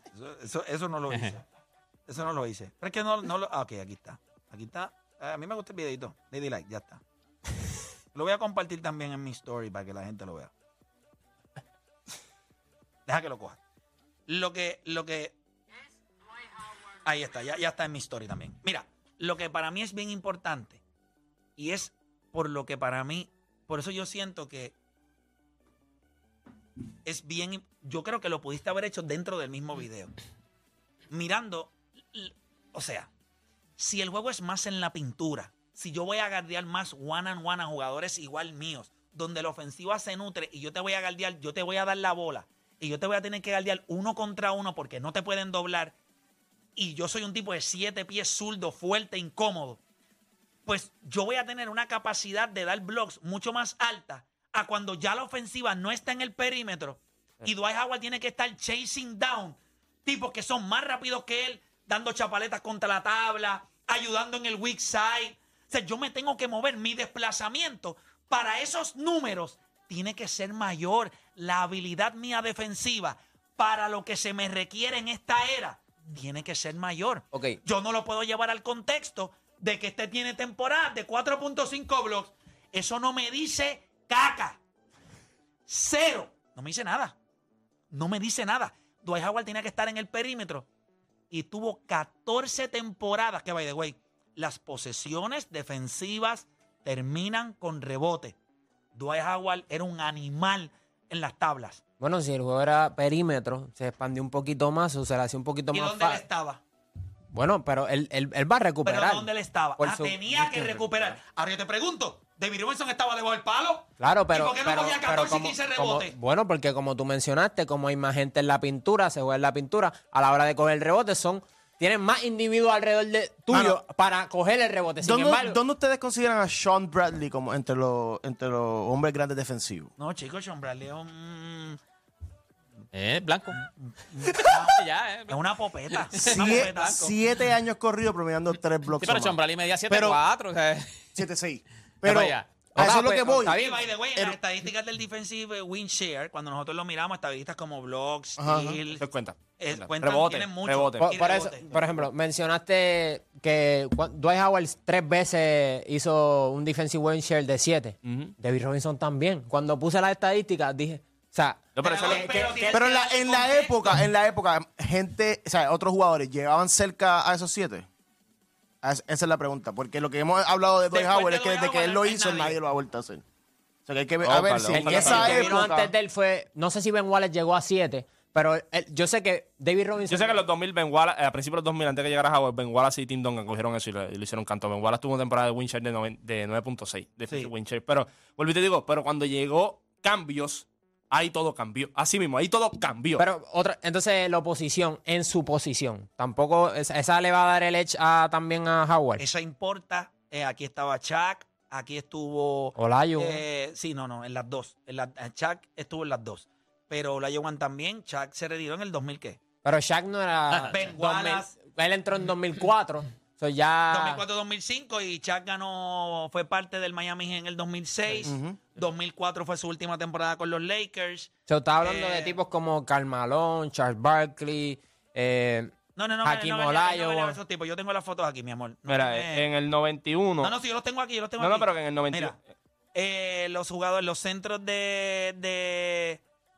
Eso no lo hice. Eso no lo hice. Pero es que no lo... ok, aquí está. Aquí está. A mí me gusta el videito. Le di like, ya está. Lo voy a compartir también en mi story para que la gente lo vea. Deja que lo coja. Lo que... Ahí está, ya está en mi story también. Mira, lo que para mí es bien importante y es por lo que para mí, por eso yo siento que es bien, yo creo que lo pudiste haber hecho dentro del mismo video. Mirando, o sea, si el juego es más en la pintura, si yo voy a guardiar más one-on-one a jugadores igual míos, donde la ofensiva se nutre y yo te voy a guardiar, yo te voy a dar la bola y yo te voy a tener que guardiar 1 contra 1 porque no te pueden doblar y yo soy un tipo de 7 pies zurdo, fuerte, incómodo, pues yo voy a tener una capacidad de dar blocks mucho más alta a cuando ya la ofensiva no está en el perímetro y Dwight Howard tiene que estar chasing down tipos que son más rápidos que él, dando chapaletas contra la tabla, ayudando en el weak side. O sea, yo me tengo que mover. Mi desplazamiento para esos números tiene que ser mayor. La habilidad mía defensiva para lo que se me requiere en esta era tiene que ser mayor. Ok. Yo no lo puedo llevar al contexto de que este tiene temporada de 4.5 blocks. Eso no me dice caca. Cero. No me dice nada. No me dice nada. Dwight Howard tenía que estar en el perímetro y tuvo 14 temporadas que, by the way, las posesiones defensivas terminan con rebote. Dwight Howard era un animal en las tablas. Bueno, si el juego era perímetro, se expandió un poquito más o se le hacía un poquito ¿Y más dónde él fácil. estaba? Bueno, pero él va a recuperar. ¿Pero dónde él estaba? Por su- Tenía que recuperar. Ahora yo te pregunto, ¿David Robinson estaba debajo del palo? Claro, pero. ¿Y por qué no cogía 14 y 15 rebotes? Bueno, porque como tú mencionaste, como hay más gente en la pintura, se juega en la pintura, a la hora de coger el rebote tienen más individuos alrededor de tuyo para coger el rebote. Sin embargo, ¿Dónde ustedes consideran a Sean Bradley como entre los hombres grandes defensivos? No, chicos, Sean Bradley es un... Blanco. Ya, Es una popeta. Sie- 7 años corridos promediando 3 blocks. Sí, pero o Sean más. Bradley medía Pero- 7'4". O sea, 7-6. Pero para allá. a eso es lo pues, que voy. está Y bien. by the way, en las estadísticas del defensive win share, cuando nosotros lo miramos, estadísticas como blocks, Ajá, steals, Te cuenta. cuentan, Rebote, tienen mucho. rebote. Y Por eso, rebote. por ejemplo, mencionaste que Dwight Howard 3 veces hizo un defensive win share de 7. David Robinson también. Cuando puse las estadísticas, dije, o sea, No, pero eso Pero- es lo- pero que- tienes Pero que darle en la contexto. época, gente, o sea, otros jugadores llegaban cerca a esos 7. Esa es la pregunta. Porque lo que hemos hablado de Dwight Después Howard de es que Dwight desde que Howard él lo no hay hizo, nadie. nadie lo ha vuelto a hacer. O sea, que hay que ver, Ojalá, a ver si en ojalá. esa el que vino época... antes de él fue, no sé si Ben Wallace llegó a 7, pero yo sé que David Robinson... Yo sé que en los 2000, Ben Wallace, a principios de los 2000, antes de que llegara Howard, Ben Wallace y Tim Duncan cogieron eso y le hicieron canto. Ben Wallace tuvo una temporada de win share de 9.6, defensive win share. Pero, vuelvo y te digo, pero cuando llegó cambios, ahí todo cambió. Así mismo, ahí todo cambió. Pero entonces la oposición en su posición, tampoco esa le va a dar el edge también a Howard. Eso importa. Aquí estaba Chuck, aquí estuvo... Olajuwon. Sí, no, en las dos. Chuck estuvo en las dos. Pero Olajuwon también. Chuck se retiró en el 2000, ¿qué? Pero Shaq no era... Ben Wallace. Él entró en 2004. So ya... 2004-2005 y Chuck fue parte del Miami Heat en el 2006. 2004 fue su última temporada con los Lakers. So, está hablando Eh, de tipos como Karl Malone, Charles Barkley, No, Hakeem no, Olajuwon. esos tipos. Yo tengo las fotos aquí, mi amor. No, Mira, en el 91... no, sí, yo los tengo aquí, No, no, pero que en el 91... Mira, los jugadores, los centros de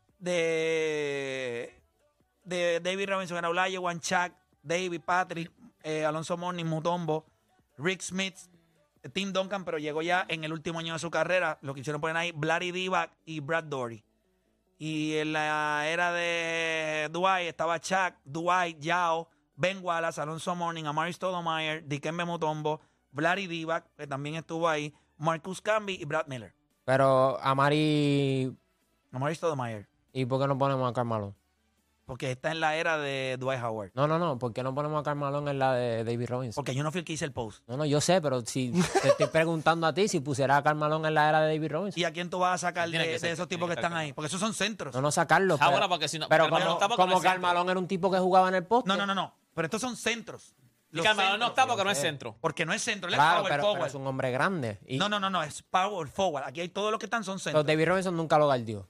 David Robinson, era Olajuwon, Chuck, David, Patrick, Alonso Mourning, Mutombo, Rick Smith, Tim Duncan, pero llegó ya en el último año de su carrera. Lo que hicieron poner ahí, Larry Divac y Brad Doherty. Y en la era de Dwight estaba Chuck, Dwight, Yao, Ben Wallace, Alonso Mourning, Amari Stoudemire, Dikembe Mutombo, Larry Divac, que también estuvo ahí, Marcus Camby y Brad Miller. pero Amari... Amari Stoudemire, ¿Y por qué no ponemos a Karl Malone? porque está en la era de Dwight Howard. No, ¿por qué no ponemos a Karl Malone en la de David Robinson? Porque yo no fui el que hice el post. No, yo sé, pero si te estoy preguntando a ti si pusiera a Karl Malone en la era de David Robinson. ¿Y a quién tú vas a sacar Tiene que de ser, esos tiene tipos que que están ser. ahí? Porque esos son centros. No sacarlo. Ah, bueno, porque si no... Pero Karl Malone no está porque como no es Karl centro. Malone era un tipo que jugaba en el poste. No. Pero estos son centros. Y Los Karl Malone no centros. está porque no es centro. Porque no es centro, él es Claro, power pero forward. es un hombre grande. Y No, es power forward. Aquí hay todos los que están son centros. David Robinson nunca lo guardió.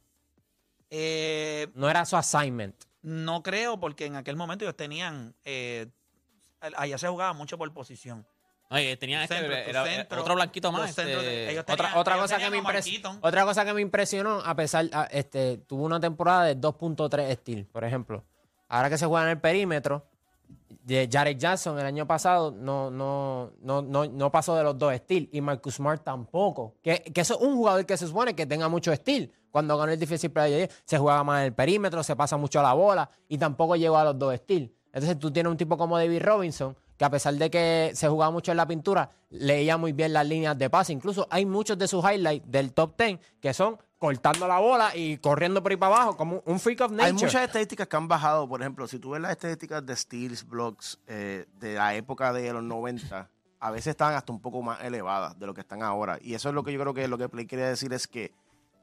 No era su assignment. No creo, porque en aquel momento ellos tenían... allá se jugaba mucho por posición. Oye, tenían Centro, era centro, otro blanquito los más. centros de- ellos Otra ellos cosa que tenían me a Mark Eaton. otra cosa que me impresionó, a pesar, tuvo una temporada de 2.3 steals, por ejemplo. Ahora que se juega en el perímetro, de Jared Jackson el año pasado no pasó de los 2 steals y Marcus Smart tampoco. Que eso es un jugador que se supone que tenga mucho steal. Cuando ganó el Defensive Player of the Year, se juega más en el perímetro, se pasa mucho la bola y tampoco llegó a los 2 steals. Entonces tú tienes un tipo como David Robinson que a pesar de que se jugaba mucho en la pintura, leía muy bien las líneas de pase. Incluso hay muchos de sus highlights del top 10 que son cortando la bola y corriendo por ahí para abajo como un freak of nature. Hay muchas estadísticas que han bajado. Por ejemplo, si tú ves las estadísticas de steals, blocks de la época de los 90, a veces estaban hasta un poco más elevadas de lo que están ahora. Y eso es lo que yo creo que lo que Play quería decir es que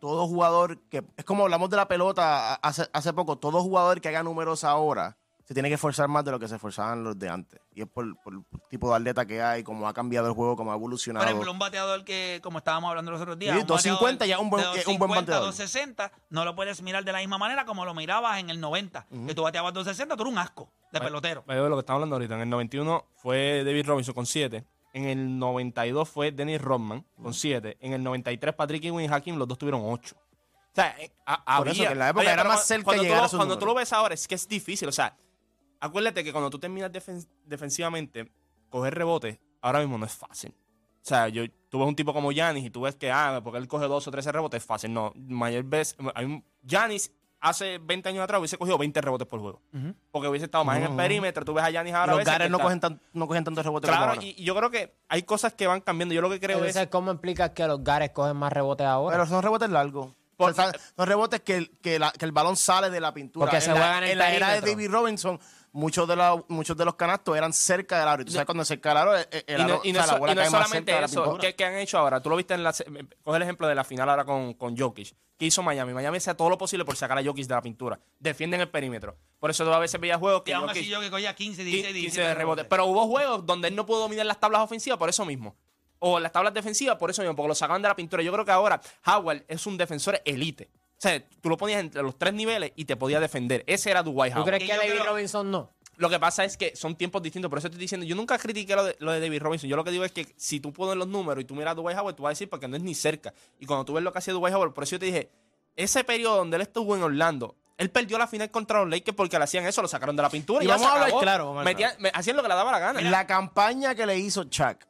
todo jugador que... Es como hablamos de la pelota hace poco. Todo jugador que haga números ahora se tiene que esforzar más de lo que se esforzaban los de antes. Y es por el tipo de atleta que hay, cómo ha cambiado el juego, cómo ha evolucionado. Por ejemplo, un bateador que, como estábamos hablando los otros días, Sí, un 250 ya es un buen bateador. 260, no lo puedes mirar de la misma manera como lo mirabas en el 90. Que tú bateabas 260, tú eres un asco de pelotero. De lo que estamos hablando ahorita. En el 91 fue David Robinson con 7. En el 92 fue Dennis Rodman con 7. En el 93 Patrick Ewing y Hakim, los dos tuvieron 8. O sea, Por eso, que en la época era más cerca de llegar a esos Cuando tú números. lo ves ahora, es que es difícil. O sea, acuérdate que cuando tú terminas defensivamente, coger rebotes, ahora mismo no es fácil. O sea, tú ves un tipo como Giannis y tú ves que, porque él coge 2 o 13 rebotes, es fácil. No, mayor vez, Giannis hace 20 años atrás hubiese cogido 20 rebotes por juego. Porque hubiese estado más en el perímetro. Tú ves a Giannis ahora. Los Gares no cogen tantos rebotes como Claro, ahora. y yo creo que hay cosas que van cambiando. Yo lo que creo Entonces, es... ¿cómo explicas que los Gares cogen más rebotes ahora? Pero son rebotes largos. Son rebotes que el balón sale de la pintura. Porque se juegan en la era de perímetro. David Robinson, muchos de los canastos eran cerca del aro. Y tú sabes cuando es cerca del aro, la bola cae más cerca de la eso. pintura. ¿Qué han hecho ahora? Tú lo viste coge el ejemplo de la final ahora con Jokic. ¿Qué hizo Miami? Miami hacía todo lo posible por sacar a Jokic de la pintura. Defienden el perímetro. Por eso tú a veces veías juegos que Y aún así yo que cogía 15, 16, 15 de rebote. Pero hubo juegos donde él no pudo dominar las tablas ofensivas por eso mismo. O las tablas defensivas por eso mismo, porque lo sacaban de la pintura. Yo creo que ahora Howard es un defensor elite. O sea, tú lo ponías entre los 3 niveles y te podía defender. Ese era Dwight ¿Tú Howard. crees que David Robinson no? Lo que pasa es que son tiempos distintos. Por eso estoy diciendo, yo nunca critiqué lo de David Robinson. Yo lo que digo es que si tú pones los números y tú miras a Dwight Howard, tú vas a decir porque no es ni cerca. Y cuando tú ves lo que hacía Dwight Howard, por eso yo te dije, ese periodo donde él estuvo en Orlando, él perdió la final contra los Lakers porque le hacían eso, lo sacaron de la pintura y Y ya vamos se a hablar acabó. claro, Hacían lo que le daba la gana. La campaña que le hizo Chuck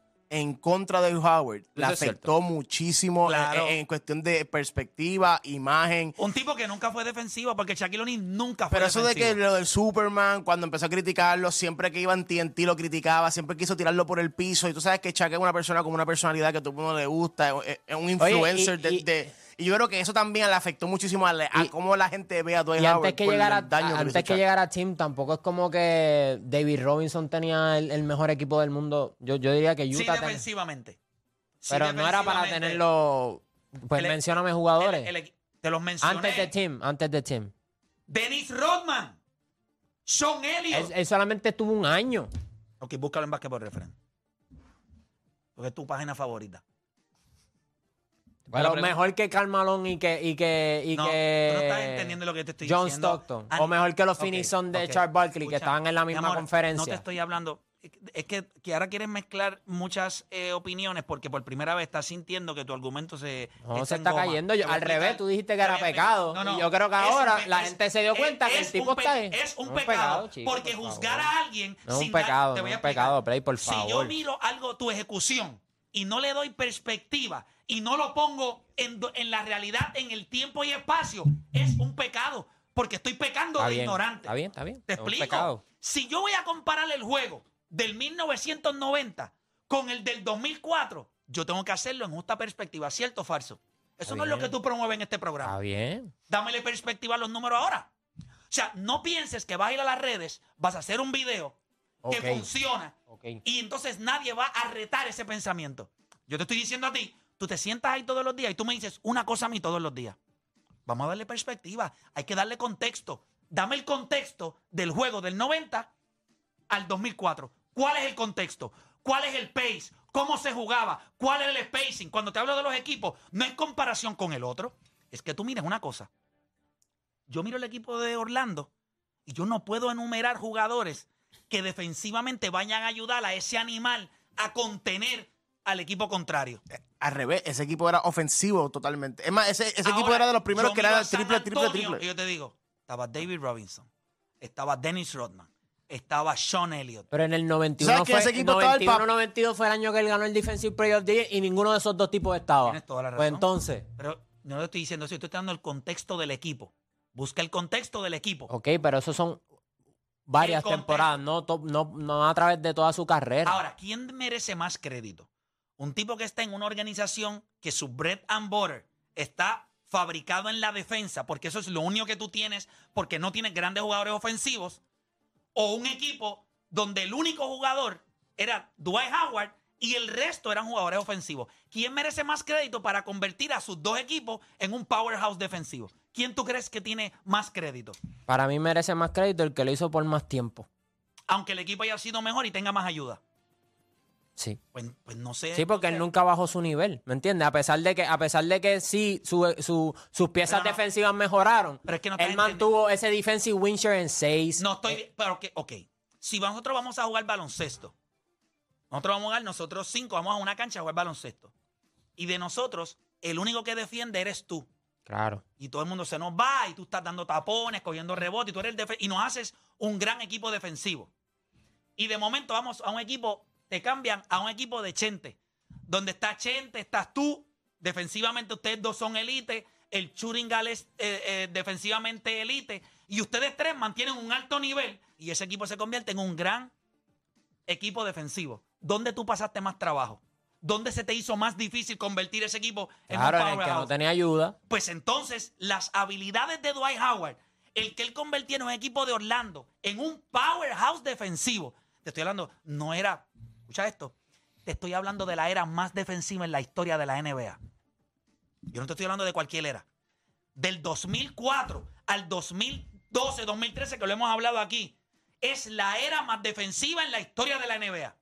en contra de Howard le es afectó muchísimo Claro. en cuestión de perspectiva, imagen. Un tipo que nunca fue defensivo, porque Shaquille O'Neal nunca fue Pero eso de defensivo. que lo del Superman, cuando empezó a criticarlo, siempre que iba en TNT lo criticaba, siempre quiso tirarlo por el piso. Y tú sabes que Chuck es una persona con una personalidad que a todo el mundo le gusta, es un influencer y yo creo que eso también le afectó muchísimo a cómo la gente ve a Dwight Y Howard. antes que por el llegara, daño que le hizo antes que Chuck. llegara Tim, tampoco es como que David Robinson tenía el mejor equipo del mundo. Yo diría que Sí, Utah tenía. defensivamente. Sí, Pero no era para defensivamente. tenerlo. Pues El- mencióname jugadores. Te los mencioné. Antes de Tim. Dennis Rodman. Sean Elliott. Él solamente estuvo un año. Ok, búscalo en Basketball Reference. Porque es tu página favorita. Pero mejor que Karl Malone y No, que tú no estás entendiendo lo que te estoy John diciendo. Stockton. O mejor que los Ok, Finison de ok. Charles Barkley, que Escucha, estaban en la mi misma amor, conferencia. No te estoy hablando. Es que ahora quieres mezclar muchas opiniones porque por primera vez estás sintiendo que tu argumento se No, se en está goma. cayendo. Te voy a Al revés, explicar. tú dijiste que era Está bien, pecado. no, no. Y yo creo que Es un ahora pe- la es- gente se dio cuenta que el es tipo un está ahí. Es un No pecado. chico, Porque por juzgar favor. a alguien No es un sin dar- pecado, te voy no a es un pecado, explicar. Play, por Si yo favor. miro algo, tu ejecución, y no le doy perspectiva y no lo pongo en la realidad, en el tiempo y espacio, es un pecado. Porque estoy pecando Está de bien, ignorante. está bien, está bien. Te Es un explico. pecado. Si yo voy a comparar el juego del 1990 con el del 2004, yo tengo que hacerlo en justa perspectiva, ¿cierto o falso? Eso Está no es lo bien. que tú promueves en este programa. Está bien. Dámele perspectiva a los números ahora. O sea, no pienses que vas a ir a las redes, vas a hacer un video Ok. que funciona Ok. y entonces nadie va a retar ese pensamiento. Yo te estoy diciendo a ti, tú te sientas ahí todos los días y tú me dices una cosa a mí todos los días. Vamos a darle perspectiva, hay que darle contexto. Dame el contexto del juego del 90 al 2004. ¿Cuál es el contexto? ¿Cuál es el pace? ¿Cómo se jugaba? ¿Cuál es el spacing? Cuando te hablo de los equipos, no es comparación con el otro. Es que tú mires una cosa. Yo miro el equipo de Orlando y yo no puedo enumerar jugadores que defensivamente vayan a ayudar a ese animal a contener al equipo contrario. Al revés, ese equipo era ofensivo totalmente. Es más, ese equipo Ahora, era de los primeros yo que miro era a San triple. Antonio, y yo te digo, estaba David Robinson, estaba Dennis Rodman, estaba Sean Elliott. Pero en el 91 ¿Sabes que fue, ese equipo estaba el 91-92 fue el año que él ganó el Defensive Player of the Year y ninguno de esos dos tipos estaba. Tienes toda la razón. Pues entonces, Pero no le estoy diciendo eso, estoy dando el contexto del equipo. Busca el contexto del equipo. ok, pero esos son varias El contexto. temporadas, no a través de toda su carrera. Ahora, ¿quién merece más crédito? Un tipo que está en una organización que su bread and butter está fabricado en la defensa, porque eso es lo único que tú tienes, porque no tienes grandes jugadores ofensivos, o un equipo donde el único jugador era Dwight Howard y el resto eran jugadores ofensivos. ¿Quién merece más crédito para convertir a sus dos equipos en un powerhouse defensivo? ¿Quién tú crees que tiene más crédito? Para mí merece más crédito el que lo hizo por más tiempo. Aunque el equipo haya sido mejor y tenga más ayuda. Sí. Pues no sé. Sí, porque él nunca bajó su nivel, ¿me entiendes? A pesar de que sí, sus piezas defensivas mejoraron, pero es que no él mantuvo ese defensive win share en 6. No estoy... Pero ok. Si nosotros vamos a jugar baloncesto, nosotros 5 vamos a una cancha a jugar baloncesto. Y de nosotros, el único que defiende eres tú. Claro. Y todo el mundo se nos va y tú estás dando tapones, cogiendo rebote y tú eres y nos haces un gran equipo defensivo. Y de momento vamos a un equipo... Te cambian a un equipo de Chente, donde está Chente, estás tú, defensivamente ustedes dos son elite, el Churingal es defensivamente elite, y ustedes tres mantienen un alto nivel, y ese equipo se convierte en un gran equipo defensivo. ¿Dónde tú pasaste más trabajo? ¿Dónde se te hizo más difícil convertir ese equipo en un powerhouse? Claro, en el que no tenía ayuda. Pues entonces, las habilidades de Dwight Howard, el que él convirtió en un equipo de Orlando, en un powerhouse defensivo, te estoy hablando, no era... Escucha esto, te estoy hablando de la era más defensiva en la historia de la NBA. Yo no te estoy hablando de cualquier era. Del 2004 al 2012, 2013, que lo hemos hablado aquí, es la era más defensiva en la historia de la NBA.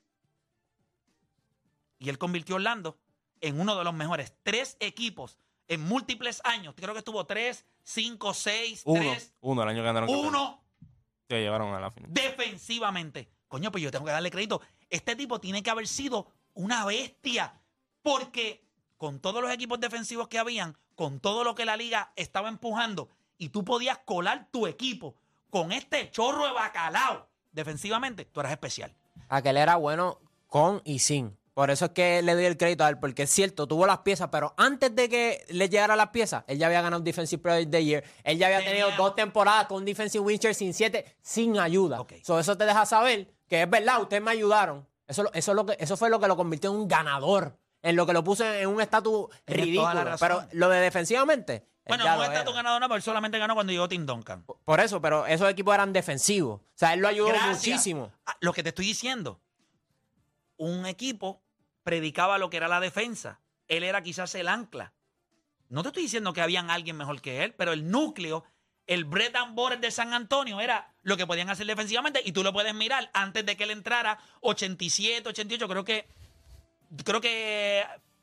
Y él convirtió a Orlando en uno de los mejores 3 equipos en múltiples años. Creo que estuvo 3, 5, 6, 3. Uno, el año que ganaron. Uno. Que llegaron a la final. Defensivamente. Coño, pues yo tengo que darle crédito. Este tipo tiene que haber sido una bestia. Porque con todos los equipos defensivos que habían, con todo lo que la liga estaba empujando, y tú podías colar tu equipo con este chorro de bacalao defensivamente, tú eras especial. Aquel era bueno con y sin. Por eso es que le doy el crédito a él, porque es cierto, tuvo las piezas, pero antes de que le llegara las piezas, él ya había ganado Defensive Player of the Year. Él ya había tenido 2 temporadas con un Defensive Win Share sin 7, sin ayuda. Okay. Eso te deja saber que es verdad, ustedes me ayudaron. Eso fue lo que lo convirtió en un ganador, en lo que lo puso en un estatus ridículo. Pero lo de defensivamente... Bueno, no está tu ganador, pero él solamente ganó cuando llegó Tim Duncan. Por eso, pero esos equipos eran defensivos. O sea, él lo ayudó muchísimo. Lo que te estoy diciendo, un equipo predicaba lo que era la defensa. Él era quizás el ancla. No te estoy diciendo que había alguien mejor que él, pero el núcleo, el bread and butter de San Antonio era lo que podían hacer defensivamente, y tú lo puedes mirar antes de que él entrara, 87, 88, creo que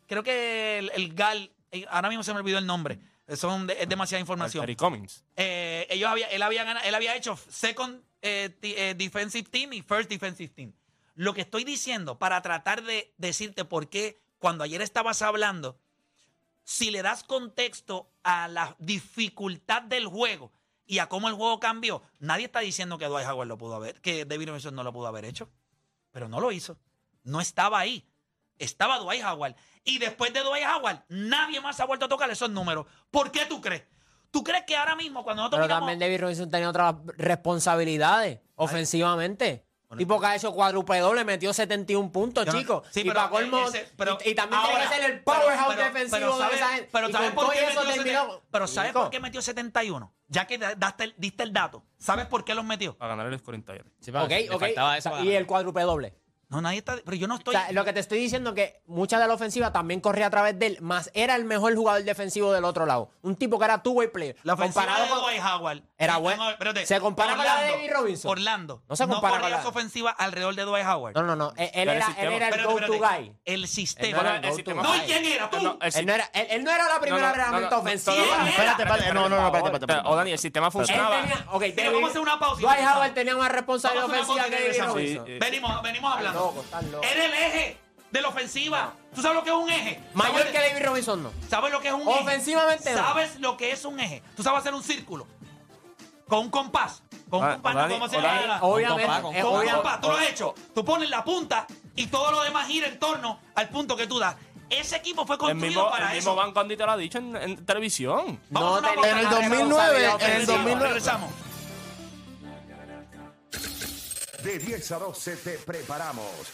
el Gal, ahora mismo se me olvidó el nombre. Es demasiada información. Terry Cummings. Él había hecho second defensive team y first defensive team. Lo que estoy diciendo, para tratar de decirte por qué, cuando ayer estabas hablando, si le das contexto a la dificultad del juego y a cómo el juego cambió, nadie está diciendo que Dwight Howard que David Robinson no lo pudo haber hecho. Pero no lo hizo. No estaba ahí. Estaba Dwight Howard. Y después de Dwight Howard, nadie más ha vuelto a tocar esos números. ¿Por qué tú crees? ¿Tú crees que ahora mismo, cuando nosotros Pero también David Robinson tenía otras responsabilidades ofensivamente? Bueno, tipo que ha hecho cuádruple doble, metió 71 puntos, chicos. Sí, y para colmo, y también tiene que ser el powerhouse defensivo de esa gente. Pero ¿sabes por qué metió 71? Ya que diste el dato, ¿sabes por qué los metió? A ganar el 48. Sí, ok. Y el cuádruple doble. No, nadie está... Pero yo no estoy... O sea, lo que te estoy diciendo es que mucha de la ofensiva también corría a través de él, más era el mejor jugador defensivo del otro lado. Un tipo que era two-way player. La ofensiva de Dwight Howard era bueno. Se compara con la de David Robinson. Orlando. No se compara con la ofensiva alrededor de Dwight Howard. No. Él era el go-to guy. El sistema. No, ¿y quién era? ¿Tú? Él no era la primera herramienta ofensiva. Espérate. O Dani, el sistema funcionaba. Pero vamos a hacer una pausa. Dwight Howard tenía más responsabilidad ofensiva que David Robinson. Venimos hablando. Era el eje de la ofensiva. ¿Tú sabes lo que es un eje? Mayor que David Robinson, no. ¿Sabes lo que es un eje? Ofensivamente, no. ¿Sabes lo que es un eje? ¿Tú sabes hacer un círculo? Con un compás. Con un compás. ¿Cómo se llama? Obviamente. Con un compás. Tú lo has hecho. Tú pones la punta y todo lo demás gira en torno al punto que tú das. Ese equipo fue construido para eso. El mismo Banco Andy te lo ha dicho en televisión. No, en el 2009. Regresamos. De 10 a 12 te preparamos